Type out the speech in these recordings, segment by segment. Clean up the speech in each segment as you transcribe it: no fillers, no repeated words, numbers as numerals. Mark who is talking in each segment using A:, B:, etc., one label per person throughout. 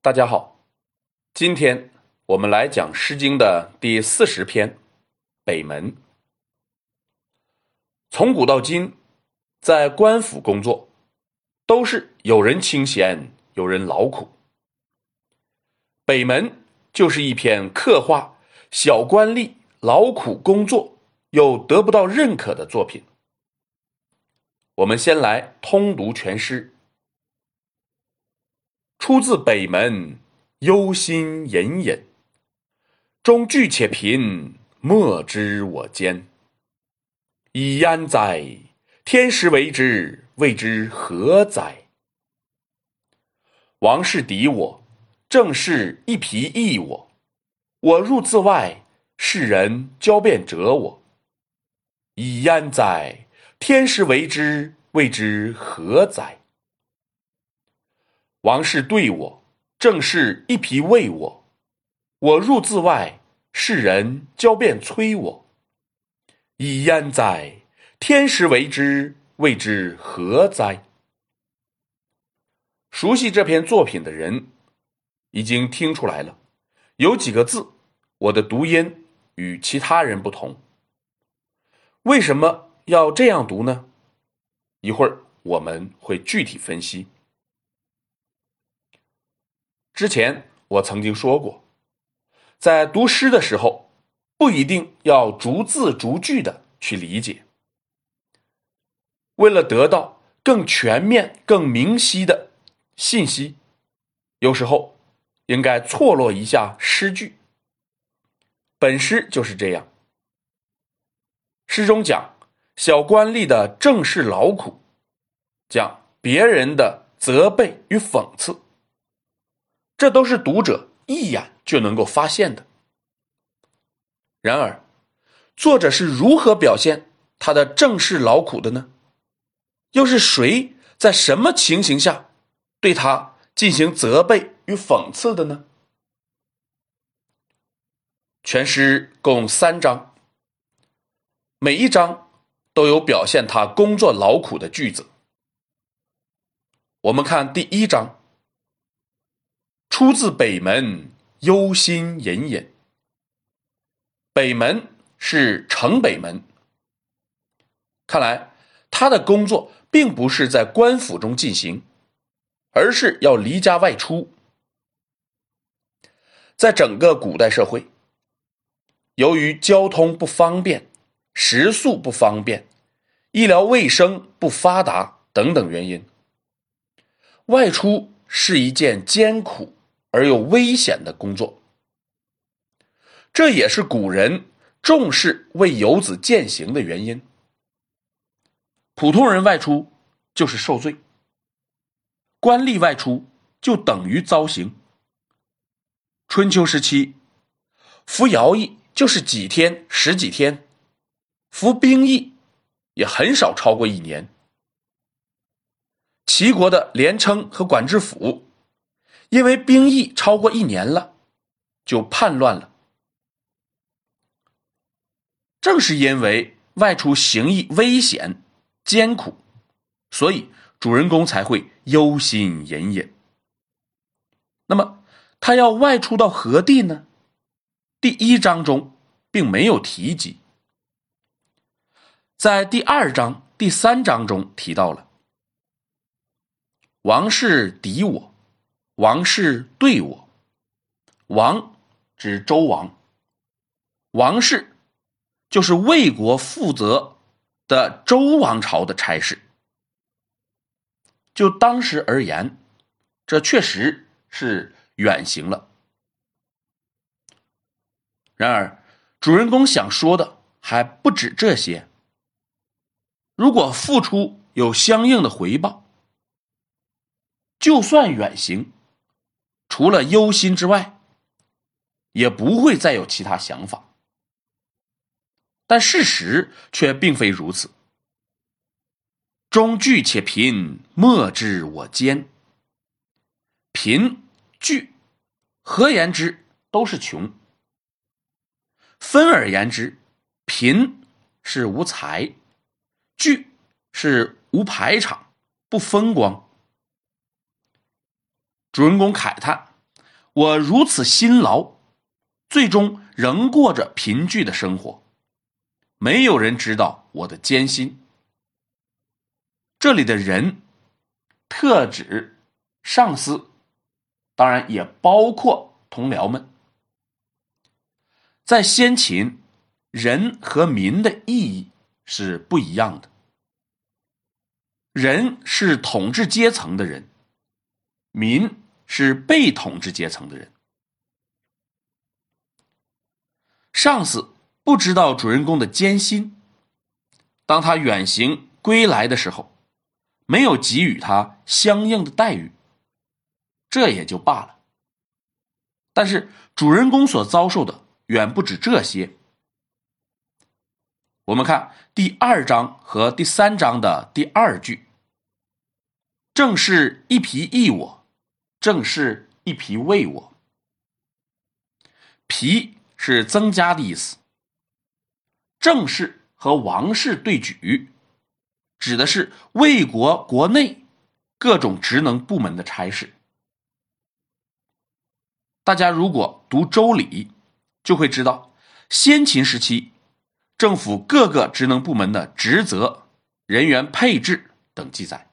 A: 大家好，今天我们来讲《诗经》的第40篇《北门》。从古到今，在官府工作，都是有人清闲，有人劳苦。北门就是一篇刻画小官吏劳苦工作又得不到认可的作品。我们先来通读全诗。出自北门，忧心隐隐，中具且贫，莫知我艰。以安哉？天时为之，谓之何哉？王室敌我，政事一疲役我。我入自外，世人交辩折我。以安哉？天时为之，谓之何哉？王室对我，政事一疲为我。我入自外，世人交辩催我。以安哉？天时为之，谓之何哉？熟悉这篇作品的人已经听出来了，有几个字我的读音与其他人不同。为什么要这样读呢？一会儿我们会具体分析。之前我曾经说过，在读诗的时候，不一定要逐字逐句的去理解。为了得到更全面、更明晰的信息，有时候应该错落一下诗句。本诗就是这样。诗中讲小官吏的政事劳苦，讲别人的责备与讽刺，这都是读者一眼就能够发现的。然而，作者是如何表现他的政事劳苦的呢？又是谁在什么情形下对他进行责备与讽刺的呢？全诗共3章，每一章都有表现他工作劳苦的句子。我们看第1章，出自北门，忧心隐隐。北门是城北门，看来他的工作并不是在官府中进行，而是要离家外出。在整个古代社会，由于交通不方便、食宿不方便、医疗卫生不发达等等原因，外出是一件艰苦而又危险的工作。这也是古人重视为游子饯行的原因。普通人外出就是受罪，官吏外出就等于遭刑。春秋时期，服徭役就是几天、10几天，服兵役也很少超过1年。齐国的连称和管制府因为兵役超过1年了，就叛乱了。正是因为外出行役危险艰苦，所以主人公才会忧心隐隐。那么他要外出到何地呢？第1章中并没有提及，在第2章、第3章中提到了。王室敌我，王室对我。王指周王，王室就是魏国负责的周王朝的差事。就当时而言，这确实是远行了。然而，主人公想说的还不止这些。如果付出有相应的回报，就算远行，除了忧心之外，也不会再有其他想法。但事实却并非如此。中具且贫，莫知我艰。贫、具，合言之都是穷。分而言之，贫是无才，具是无排场，不风光。主人公慨叹， 我如此辛劳，最终仍过着贫窭的生活，没有人知道我的艰辛。这里的人特指上司，当然也包括同僚们。在先秦，人和民的意义是不一样的。人是统治阶层的人，民是被统治阶层的人。上司不知道主人公的艰辛，当他远行归来的时候，没有给予他相应的待遇，这也就罢了。但是主人公所遭受的远不止这些。我们看第2章和第3章的第2句，正是一疲役我，正是一疲为我。疲是增加的意思，正式和王室对举，指的是魏国国内各种职能部门的差事。大家如果读周礼，就会知道先秦时期政府各个职能部门的职责、人员配置等记载。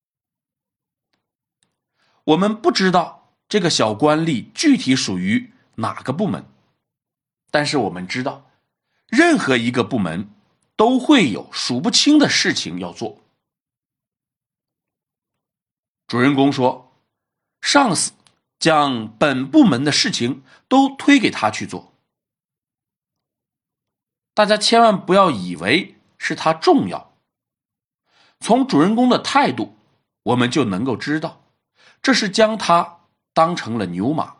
A: 我们不知道这个小官吏具体属于哪个部门，但是我们知道任何一个部门都会有数不清的事情要做。主人公说，上司将本部门的事情都推给他去做。大家千万不要以为是他重要，从主人公的态度，我们就能够知道，这是将他当成了牛马。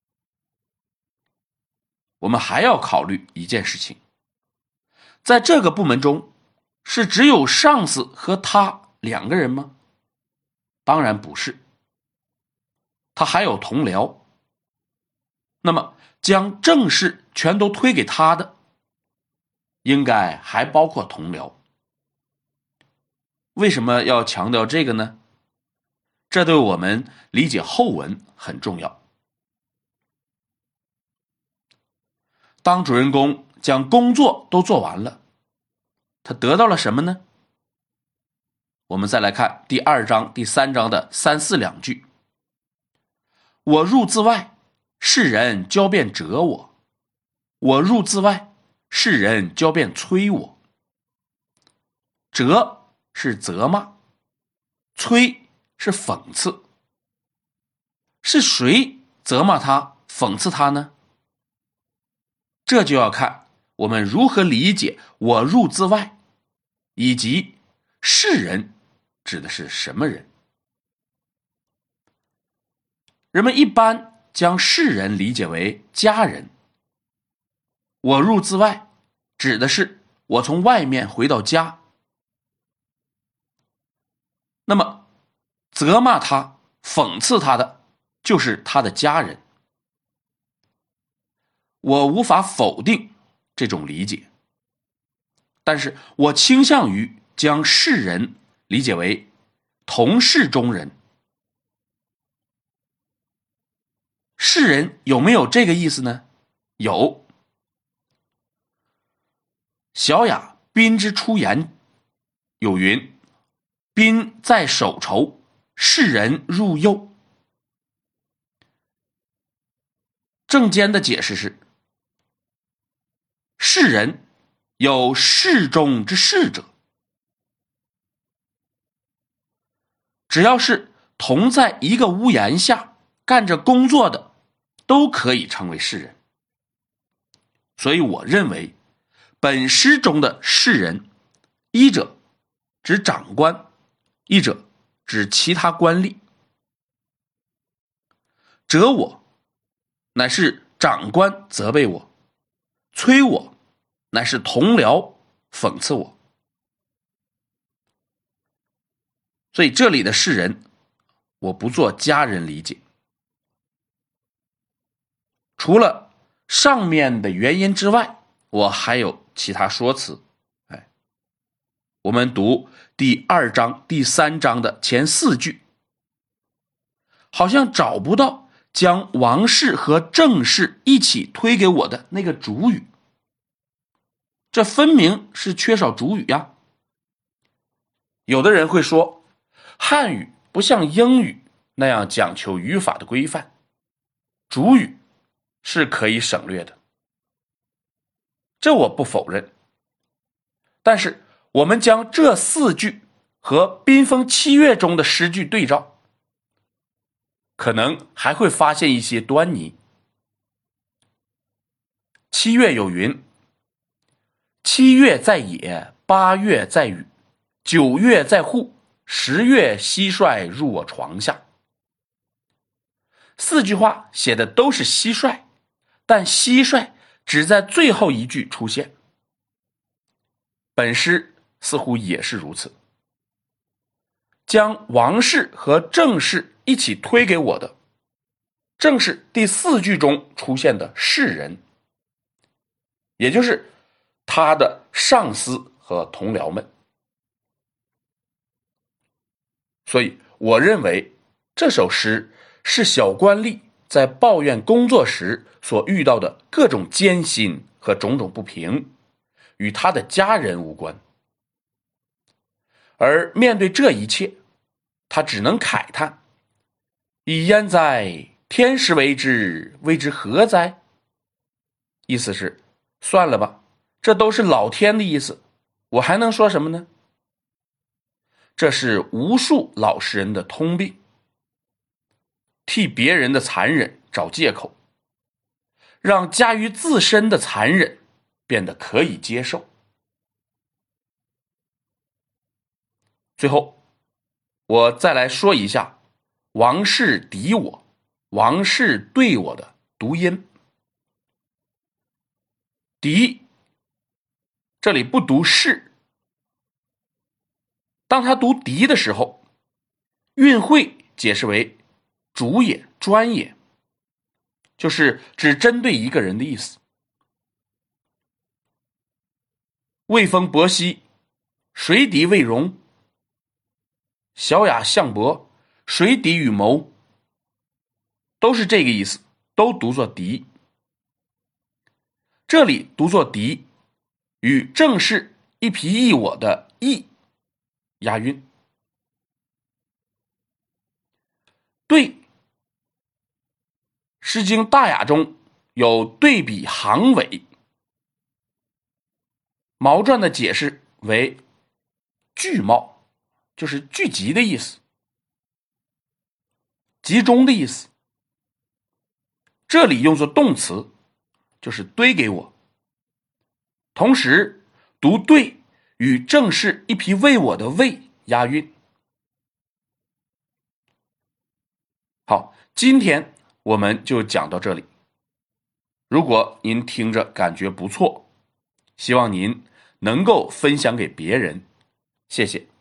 A: 我们还要考虑一件事情，在这个部门中，是只有上司和他2个人吗？当然不是，他还有同僚。那么将正事全都推给他的，应该还包括同僚。为什么要强调这个呢？这对我们理解后文很重要。当主人公将工作都做完了，他得到了什么呢？我们再来看第2章、第3章的3、4两句。我入自外，世人交便折我；我入自外，世人交便催我。折是责骂，催是讽刺。是谁责骂他、讽刺他呢？这就要看我们如何理解我入自外，以及世人指的是什么人。人们一般将世人理解为家人，我入自外指的是我从外面回到家。那么责骂他、讽刺他的就是他的家人。我无法否定这种理解，但是我倾向于将世人理解为同事中人。世人有没有这个意思呢？有。小雅宾之出言有云，宾在手筹，世人入右。正间的解释是，世人有事中之事者，只要是同在一个屋檐下干着工作的，都可以称为世人。所以我认为本诗中的世人，一者指长官，一者指其他官吏。折我乃是长官责备我，催我乃是同僚讽刺我。所以这里的世人，我不做家人理解。除了上面的原因之外，我还有其他说辞。我们读第2章、第3章的前4句，好像找不到将王氏和郑氏一起推给我的那个主语，这分明是缺少主语呀。有的人会说，汉语不像英语那样讲求语法的规范，主语是可以省略的，这我不否认。但是我们将这4句和宾风七月中的诗句对照，可能还会发现一些端倪。七月有云：七月在野，8月在雨，9月在户，10月蟋蟀入我床下。4句话写的都是蟋蟀，但蟋蟀只在最后一句出现。本诗似乎也是如此。将王氏和郑氏一起推给我的，正是第4句中出现的士人，也就是他的上司和同僚们。所以我认为这首诗是小官吏在抱怨工作时所遇到的各种艰辛和种种不平，与他的家人无关。而面对这一切，他只能慨叹：以焉哉，天时为之，谓之何哉？意思是，算了吧，这都是老天的意思，我还能说什么呢？这是无数老实人的通病，替别人的残忍找借口，让加于自身的残忍变得可以接受。最后，我再来说一下王氏敌我、王氏对我的读音。敌，这里不读是，当他读敌的时候，运会解释为主也、专也，就是只针对一个人的意思。魏风伯兮，谁敌魏荣？小雅相伯，谁敌与谋？都是这个意思，都读作敌。这里读作敌，与正是一皮一我的义押韵。对，诗经大雅中有对比行尾，毛传的解释为聚茂，就是聚集的意思，集中的意思。这里用作动词，就是堆给我。同时读对与正是一匹为我的为押韵。好，今天我们就讲到这里。如果您听着感觉不错，希望您能够分享给别人，谢谢。